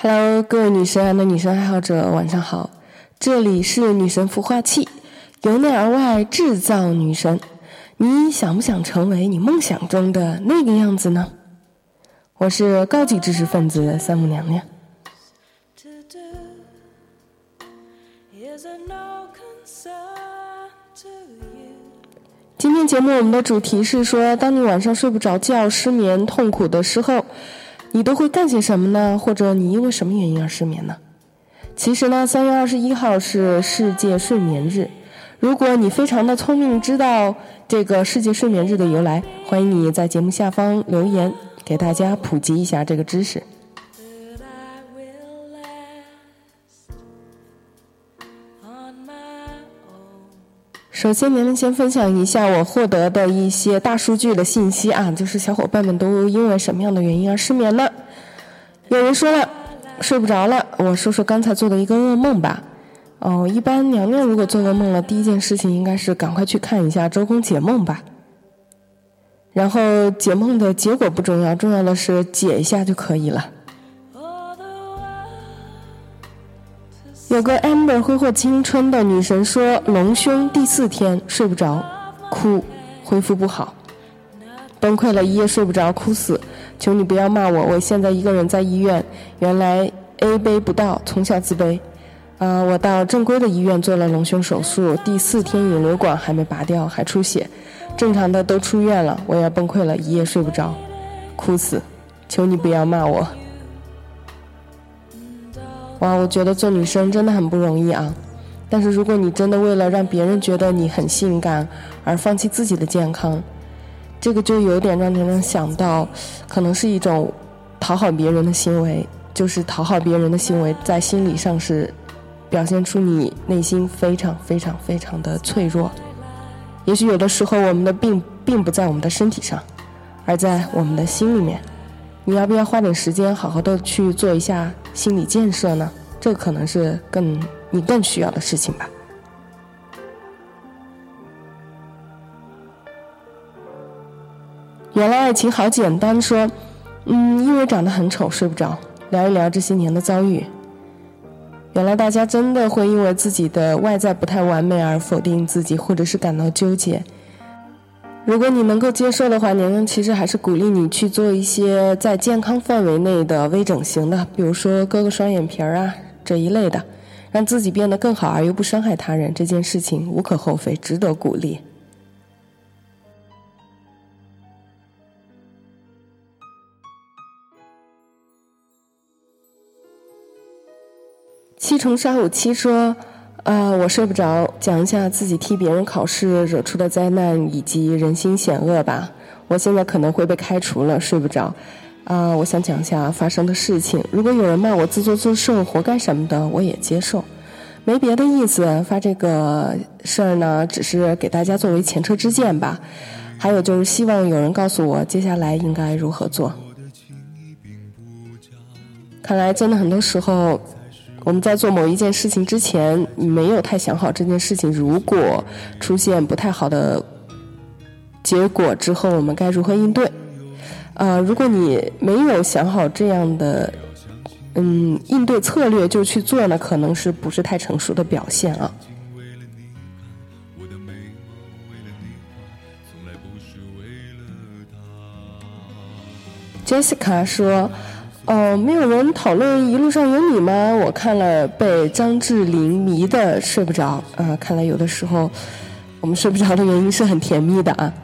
Hello， 各位女神的女神爱好者，晚上好！这里是女神孵化器，由内而外制造女神。你想不想成为你梦想中的那个样子呢？我是高级知识分子三木娘娘。今天节目我们的主题是说，当你晚上睡不着觉、失眠、痛苦的时候，你都会干些什么呢？或者你因为什么原因而失眠呢？其实呢，3月21号是世界睡眠日。如果你非常的聪明，知道这个世界睡眠日的由来，欢迎你在节目下方留言，给大家普及一下这个知识。首先您们先分享一下我获得的一些大数据的信息啊，就是小伙伴们都因为什么样的原因而失眠呢？有人说了睡不着了，我说说刚才做的一个噩梦吧。一般娘娘如果做噩梦了，第一件事情应该是赶快去看一下周公解梦吧。然后解梦的结果不重要，重要的是解一下就可以了。有个 Amber 挥霍青春的女神说，隆胸第4天睡不着，哭，恢复不好，崩溃了，一夜睡不着，哭死，求你不要骂我，我现在一个人在医院，原来 A 杯不到，从小自卑。我到正规的医院做了隆胸手术，第4天引流管还没拔掉，还出血，正常的都出院了，我也崩溃了，一夜睡不着，哭死，求你不要骂我。哇，我觉得做女生真的很不容易啊！但是如果你真的为了让别人觉得你很性感而放弃自己的健康，这个就有点让人想到，可能是一种讨好别人的行为，就是讨好别人的行为在心理上是表现出你内心非常非常非常的脆弱。也许有的时候我们的病并不在我们的身体上，而在我们的心里面。你要不要花点时间好好的去做一下心理建设呢？这可能是你更需要的事情吧。原来爱情好简单说，因为长得很丑睡不着，聊一聊这些年的遭遇。原来大家真的会因为自己的外在不太完美而否定自己，或者是感到纠结。如果你能够接受的话，娘娘其实还是鼓励你去做一些在健康范围内的微整形的，比如说割个双眼皮啊这一类的，让自己变得更好而又不伤害他人，这件事情无可厚非，值得鼓励。7重杀57说，我睡不着，讲一下自己替别人考试惹出的灾难以及人心险恶吧。我现在可能会被开除了，睡不着。我想讲一下发生的事情。如果有人骂我自作自受，活该什么的，我也接受，没别的意思。发这个事儿呢，只是给大家作为前车之鉴吧。还有就是希望有人告诉我接下来应该如何做。看来真的很多时候我们在做某一件事情之前，你没有太想好这件事情如果出现不太好的结果之后，我们该如何应对。如果你没有想好这样的应对策略就去做呢，可能是不是太成熟的表现啊。Jessica 说，没有人讨论一路上有你吗？我看了被张智霖迷的睡不着。看来有的时候我们睡不着的原因是很甜蜜的啊。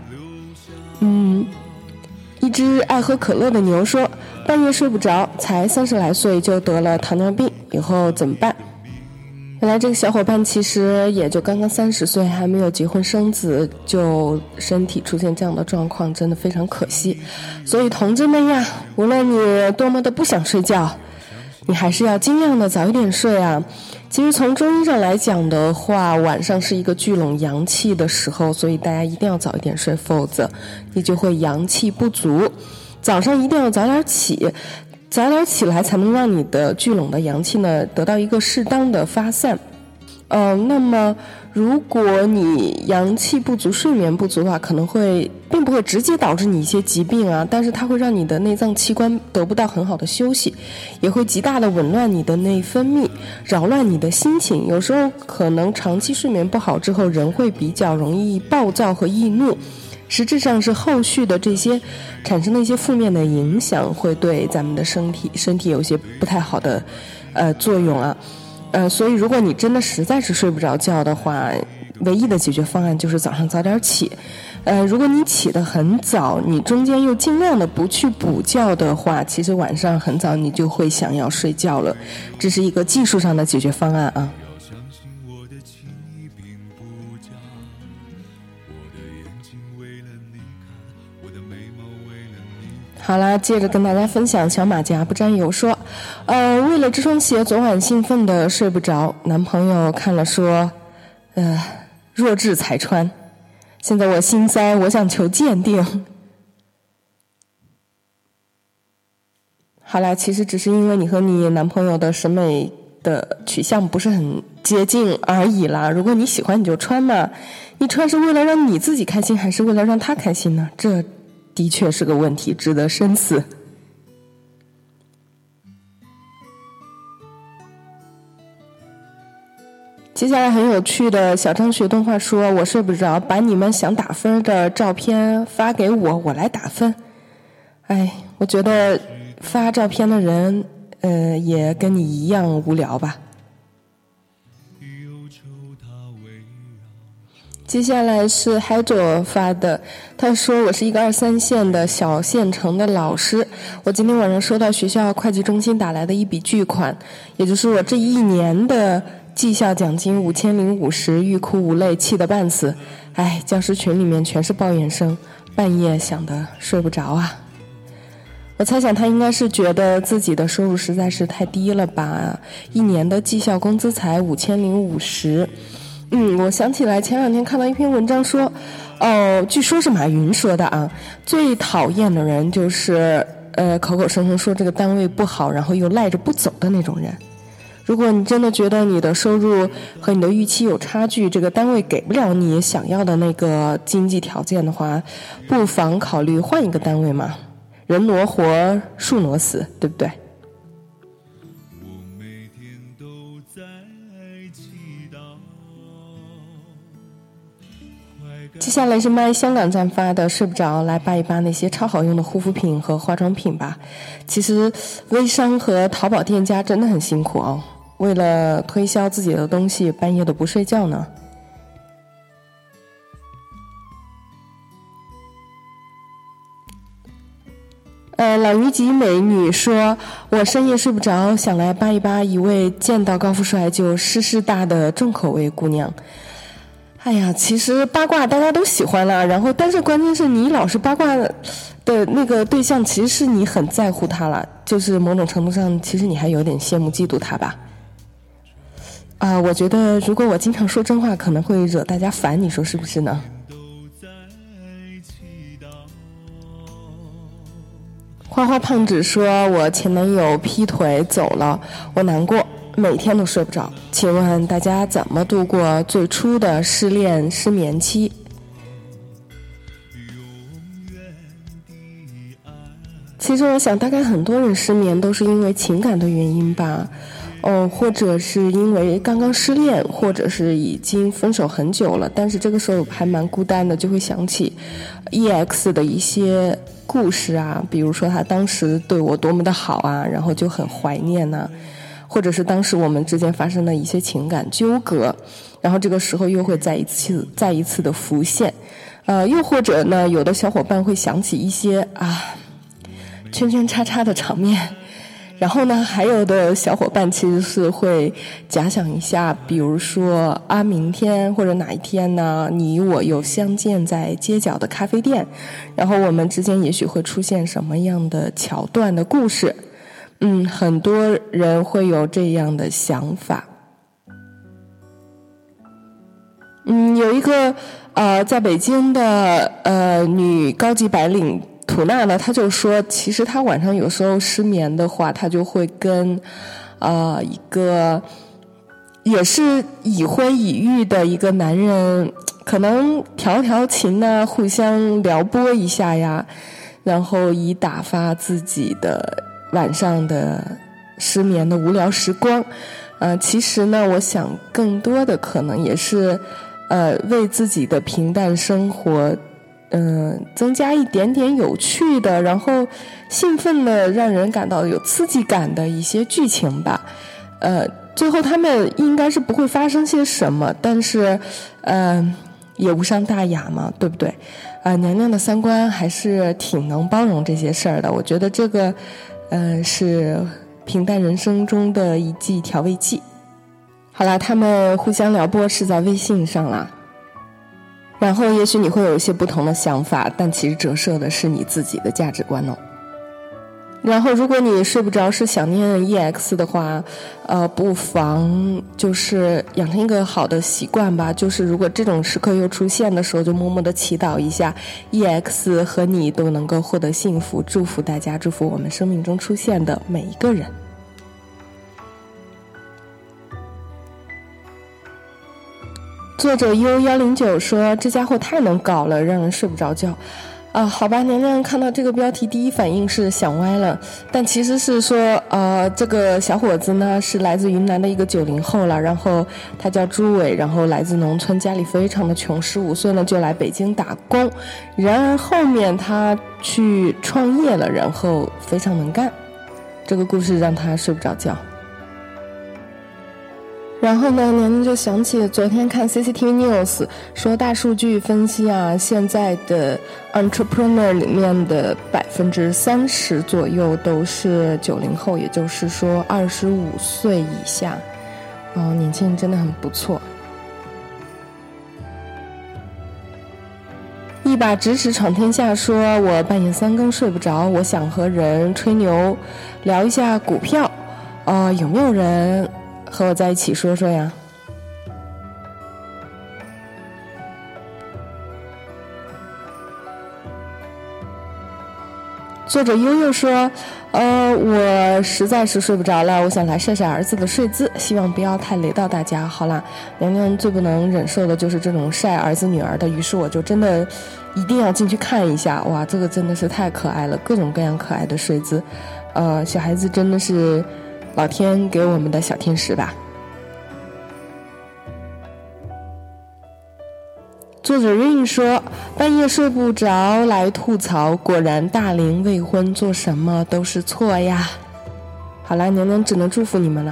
一只爱喝可乐的牛说，半夜睡不着，才30来岁就得了糖尿病，以后怎么办？原来这个小伙伴其实也就刚刚30岁，还没有结婚生子，就身体出现这样的状况，真的非常可惜。所以同志们呀，无论你多么的不想睡觉，你还是要尽量的早一点睡啊。其实从中医上来讲的话，晚上是一个聚拢阳气的时候，所以大家一定要早一点睡，否则你就会阳气不足。早上一定要早点起，早点起来才能让你的聚拢的阳气呢得到一个适当的发散。那么如果你阳气不足、睡眠不足的话，可能并不会直接导致你一些疾病啊，但是它会让你的内脏器官得不到很好的休息，也会极大的紊乱你的内分泌，扰乱你的心情。有时候可能长期睡眠不好之后，人会比较容易暴躁和易怒，实质上是后续的这些产生的一些负面的影响，会对咱们的身体有些不太好的作用啊。所以如果你真的实在是睡不着觉的话，唯一的解决方案就是早上早点起。如果你起得很早，你中间又尽量的不去补觉的话，其实晚上很早你就会想要睡觉了，这是一个技术上的解决方案啊。好啦，接着跟大家分享小马甲不沾油说，为了这双鞋昨晚兴奋的睡不着，男朋友看了说，弱智才穿，现在我心塞，我想求鉴定。好啦，其实只是因为你和你男朋友的审美的取向不是很接近而已啦。如果你喜欢你就穿嘛，你穿是为了让你自己开心，还是为了让他开心呢？这的确是个问题，值得深思。接下来很有趣的小张学动画说，我睡不着，把你们想打分的照片发给我，我来打分。我觉得发照片的人也跟你一样无聊吧。接下来是海佐发的，他说我是一个2、3线的小县城的老师，我今天晚上收到学校会计中心打来的一笔巨款，也就是我这1年的绩效奖金5050，欲哭无泪，气得半死。教师群里面全是抱怨声，半夜想得睡不着啊。我猜想他应该是觉得自己的收入实在是太低了吧，1年的绩效工资才5050。我想起来前2天看到一篇文章说，据说是马云说的啊，最讨厌的人就是口口声声说这个单位不好，然后又赖着不走的那种人。如果你真的觉得你的收入和你的预期有差距，这个单位给不了你想要的那个经济条件的话，不妨考虑换一个单位嘛，人挪活，树挪死，对不对？接下来是麦香港站发的，睡不着，来扒一扒那些超好用的护肤品和化妆品吧。其实微商和淘宝店家真的很辛苦哦，为了推销自己的东西，半夜都不睡觉呢。老虞姬美女说，我深夜睡不着，想来扒一扒一位见到高富帅就湿湿大的重口味姑娘。其实八卦大家都喜欢啦，然后但是关键是你老是八卦的那个对象，其实是你很在乎他了，就是某种程度上其实你还有点羡慕嫉妒他吧。我觉得如果我经常说真话可能会惹大家烦，你说是不是呢？花花胖子说，我前男友劈腿走了，我难过，每天都睡不着，请问大家怎么度过最初的失恋失眠期？其实我想大概很多人失眠都是因为情感的原因吧，或者是因为刚刚失恋，或者是已经分手很久了，但是这个时候还蛮孤单的，就会想起 EX 的一些故事啊，比如说他当时对我多么的好啊，然后就很怀念啊，或者是当时我们之间发生的一些情感纠葛，然后这个时候又会再一次的浮现，又或者呢，有的小伙伴会想起一些圈圈叉叉的场面，然后呢，还有的小伙伴其实是会假想一下，比如说明天或者哪一天呢，你我又相见在街角的咖啡店，然后我们之间也许会出现什么样的桥段的故事。很多人会有这样的想法。有一个在北京的女高级白领吐纳呢，她就说，其实她晚上有时候失眠的话，她就会跟一也是已婚已育的一个男人，可能调情呢，互相撩拨一下呀，然后以打发自己的晚上的失眠的无聊时光。其实呢，我想更多的可能也是为自己的平淡生活增加一点点有趣的，然后兴奋的，让人感到有刺激感的一些剧情吧。最后他们应该是不会发生些什么，但是也无伤大雅嘛，对不对？娘娘的三观还是挺能包容这些事儿的，我觉得这个是平淡人生中的一剂调味剂。好啦，他们互相撩拨是在微信上啦，然后也许你会有一些不同的想法，但其实折射的是你自己的价值观哦。然后如果你睡不着是想念 EX 的话，不妨就是养成一个好的习惯吧，就是如果这种时刻又出现的时候，就默默的祈祷一下 EX 和你都能够获得幸福，祝福大家，祝福我们生命中出现的每一个人。作者 U109 说，这家伙太能搞了，让人睡不着觉。好吧，娘娘看到这个标题第一反应是想歪了，但其实是说这个小伙子呢是来自云南的一个90后了，然后他叫朱伟，然后来自农村，家里非常的穷，15岁呢就来北京打工，然而后面他去创业了，然后非常能干，这个故事让他睡不着觉。然后呢，娘娘就想起昨天看 CCTV News 说大数据分析啊，现在的 entrepreneur 里面的30%左右都是90后，也就是说25岁以下。年轻人真的很不错。一把直尺闯天下说，我半夜3更睡不着，我想和人吹牛，聊一下股票。有没有人和我在一起说说呀？作者悠悠说，我实在是睡不着了，我想来晒晒儿子的睡姿，希望不要太雷到大家。好啦，娘娘最不能忍受的就是这种晒儿子女儿的，于是我就真的一定要进去看一下。哇，这个真的是太可爱了，各种各样可爱的睡姿。小孩子真的是老天给我们的小天使吧。作者 Rain 说，半夜睡不着来吐槽，果然大龄未婚做什么都是错呀。好啦，娘娘只能祝福你们了。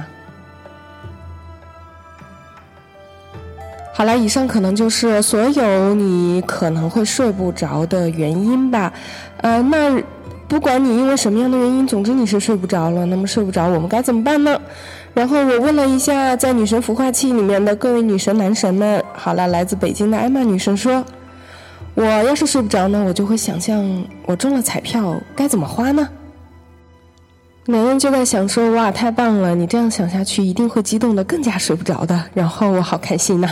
好了，以上可能就是所有你可能会睡不着的原因吧。那不管你因为什么样的原因，总之你是睡不着了，那么睡不着我们该怎么办呢？然后我问了一下在女神孵化器里面的各位女神男神们，好了，来自北京的艾玛女神说，我要是睡不着呢，我就会想象我中了彩票该怎么花呢？娘娘就在想说，哇，太棒了，你这样想下去一定会激动的更加睡不着的，然后我好开心呐。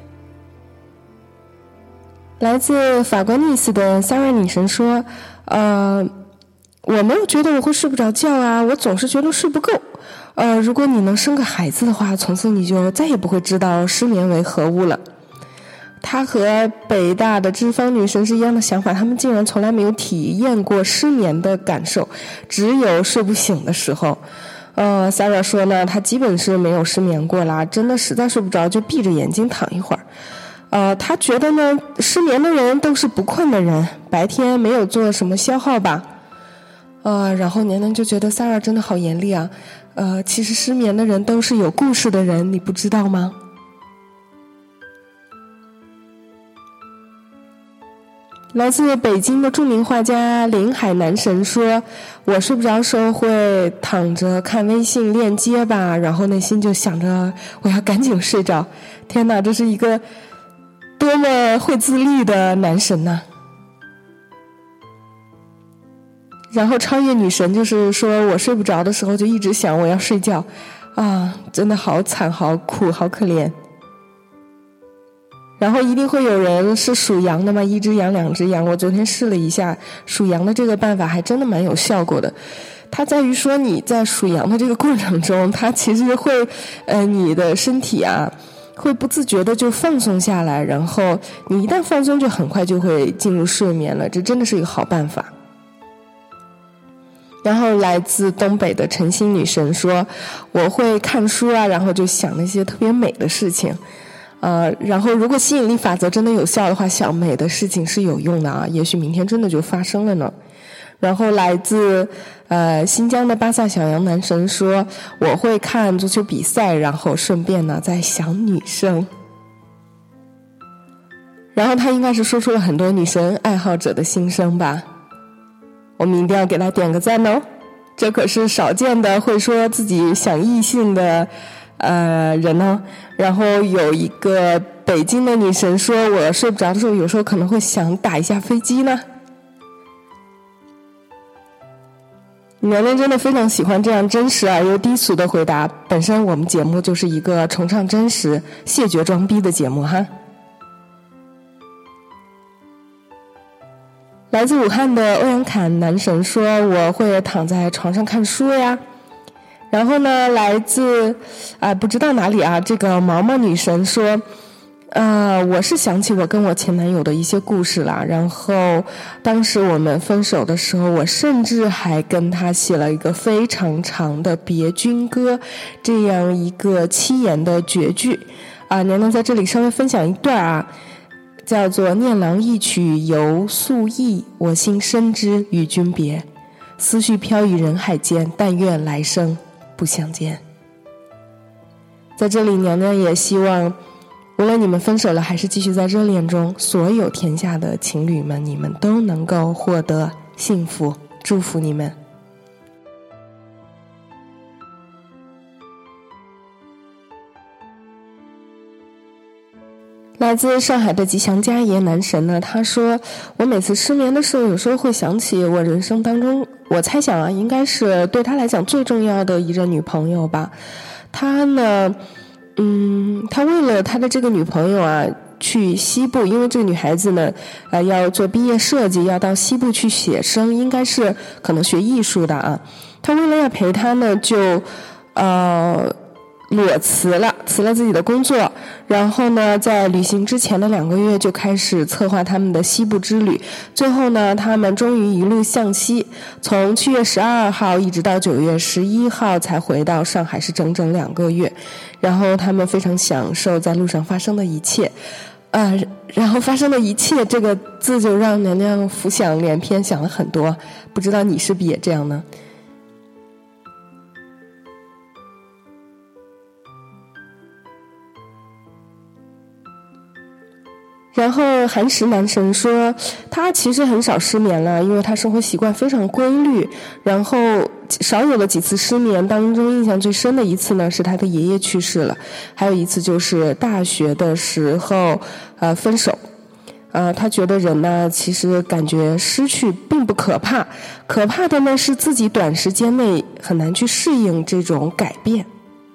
来自法国尼斯的 Sarah 女神说，我没有觉得我会睡不着觉啊，我总是觉得睡不够。如果你能生个孩子的话，从此你就再也不会知道失眠为何物了。她和北大的脂肪女神是一样的想法，她们竟然从来没有体验过失眠的感受，只有睡不醒的时候。Sarah 说呢，她基本是没有失眠过啦，真的实在睡不着就闭着眼睛躺一会儿。她觉得呢，失眠的人都是不困的人，白天没有做什么消耗吧。然后娘娘就觉得 Sarah 真的好严厉啊。其实失眠的人都是有故事的人，你不知道吗？来自北京的著名画家林海男神说，我睡不着时候会躺着看微信链接吧，然后内心就想着我要赶紧睡着。天哪，这是一个多么会自律的男神呐！然后超越女神就是说，我睡不着的时候就一直想我要睡觉啊，真的好惨好苦好可怜。然后一定会有人是属羊的嘛，一只羊两只羊，我昨天试了一下属羊的这个办法还真的蛮有效果的， 它在于说你在数羊的这个过程中，它其实会你的身体啊会不自觉的就放松下来，然后你一旦放松就很快就会进入睡眠了，这真的是一个好办法。然后来自东北的晨星女神说，我会看书啊，然后就想那些特别美的事情，然后如果吸引力法则真的有效的话，想美的事情是有用的啊，也许明天真的就发生了呢。然后来自新疆的巴萨小羊男神说，我会看足球比赛，然后顺便呢在想女生。然后他应该是说出了很多女神爱好者的心声吧。我们一定要给他点个赞哦，这可是少见的会说自己想异性的人呢。然后有一个北京的女神说，我睡不着的时候有时候可能会想打一下飞机呢。娘娘真的非常喜欢这样真实而又低俗的回答，本身我们节目就是一个崇尚真实谢绝装逼的节目哈。来自武汉的欧阳侃男神说，我会躺在床上看书呀。然后呢，来自不知道哪里啊，这个毛毛女神说，我是想起我跟我前男友的一些故事啦。然后当时我们分手的时候，我甚至还跟他写了一个非常长的别君歌，这样一个7言的绝句娘娘在这里稍微分享一段啊，叫做念郎一曲犹素意，我心深知与君别，思绪飘于人海间，但愿来生不相见。在这里娘娘也希望无论你们分手了还是继续在热恋中，所有天下的情侣们，你们都能够获得幸福，祝福你们。来自上海的吉祥家爷男神呢，他说，我每次失眠的时候，有时候会想起我人生当中，我猜想啊，应该是对他来讲最重要的一任女朋友吧。他呢他为了他的这个女朋友啊去西部，因为这个女孩子呢要做毕业设计，要到西部去写生，应该是可能学艺术的啊。他为了要陪她呢，就裸辞了自己的工作，然后呢在旅行之前的2个月就开始策划他们的西部之旅。最后呢他们终于一路向西，从7月12号一直到9月11号才回到上海，是整整2个月。然后他们非常享受在路上发生的一切然后发生的一切这个字就让娘娘浮想联翩，想了很多，不知道你是不是也这样呢？然后韩石男神说，他其实很少失眠了，因为他生活习惯非常规律，然后少有的几次失眠当中，印象最深的一次呢是他的爷爷去世了，还有一次就是大学的时候分手。他觉得人呢其实感觉失去并不可怕，可怕的呢是自己短时间内很难去适应这种改变。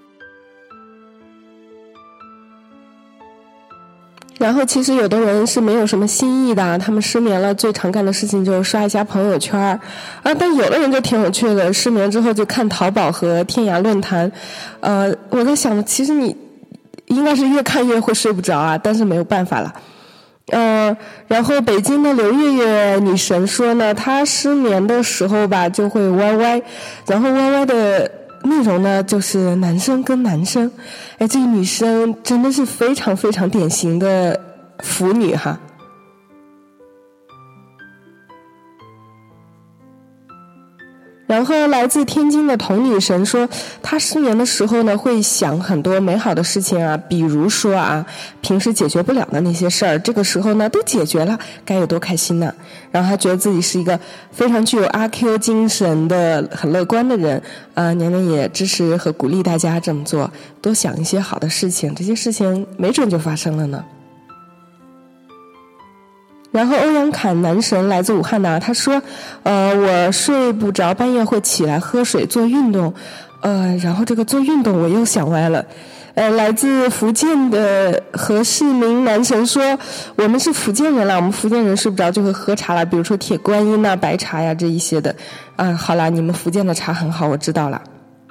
然后其实有的人是没有什么新意的，他们失眠了最常干的事情就是刷一下朋友圈但有的人就挺有趣的，失眠之后就看淘宝和天涯论坛。我在想其实你应该是越看越会睡不着啊，但是没有办法了。然后北京的刘月月女神说呢，她失眠的时候吧就会歪歪，然后歪歪的内容呢就是男生跟男生。这个女生真的是非常非常典型的腐女哈。然后来自天津的童女神说，她失眠的时候呢会想很多美好的事情啊，比如说平时解决不了的那些事儿，这个时候呢都解决了，该有多开心呢。然后她觉得自己是一个非常具有阿 Q 精神的很乐观的人娘娘也支持和鼓励大家这么做，多想一些好的事情，这些事情没准就发生了呢。然后欧阳侃男神来自武汉的他说我睡不着，半夜会起来喝水做运动然后这个做运动我又想歪了来自福建的何世明男神说，我们是福建人啦，我们福建人睡不着就会喝茶啦，比如说铁观音啊、白茶呀这一些的。好啦，你们福建的茶很好，我知道了。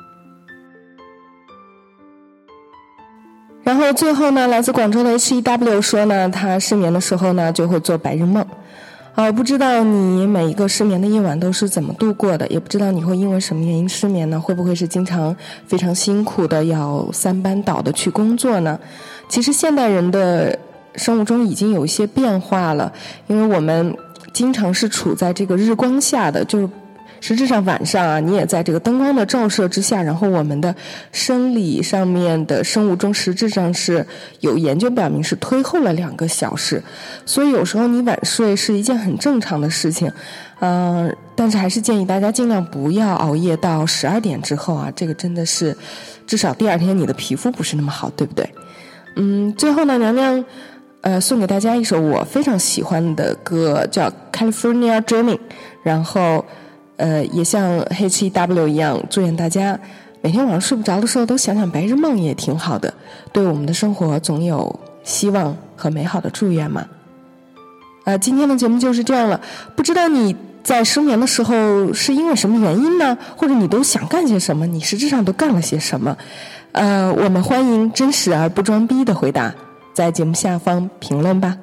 然后最后呢，来自广州的 HEW 说呢，他失眠的时候呢就会做白日梦。不知道你每一个失眠的夜晚都是怎么度过的，也不知道你会因为什么原因失眠呢？会不会是经常非常辛苦的要3班倒的去工作呢？其实现代人的生物钟已经有一些变化了，因为我们经常是处在这个日光下的，就是实质上晚上啊，你也在这个灯光的照射之下，然后我们的生理上面的生物钟实质上是有研究表明是推后了2个小时，所以有时候你晚睡是一件很正常的事情，但是还是建议大家尽量不要熬夜到12点之后啊，这个真的是至少第2天你的皮肤不是那么好，对不对？最后呢，娘娘送给大家一首我非常喜欢的歌，叫 California Dreaming， 然后也像 HEW 一样，祝愿大家每天晚上睡不着的时候都想想白日梦也挺好的，对我们的生活总有希望和美好的祝愿嘛。今天的节目就是这样了，不知道你在失眠的时候是因为什么原因呢？或者你都想干些什么？你实质上都干了些什么？我们欢迎真实而不装逼的回答，在节目下方评论吧。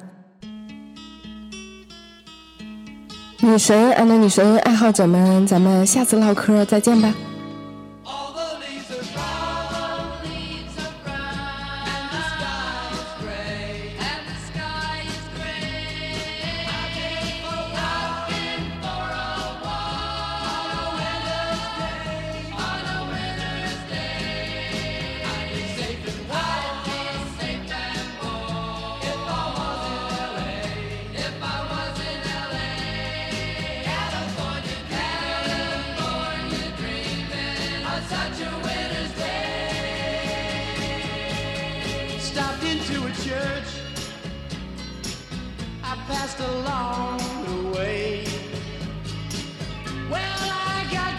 女神安的女神爱好者们，咱们下次唠嗑再见吧。 Passed along the way. Well, I got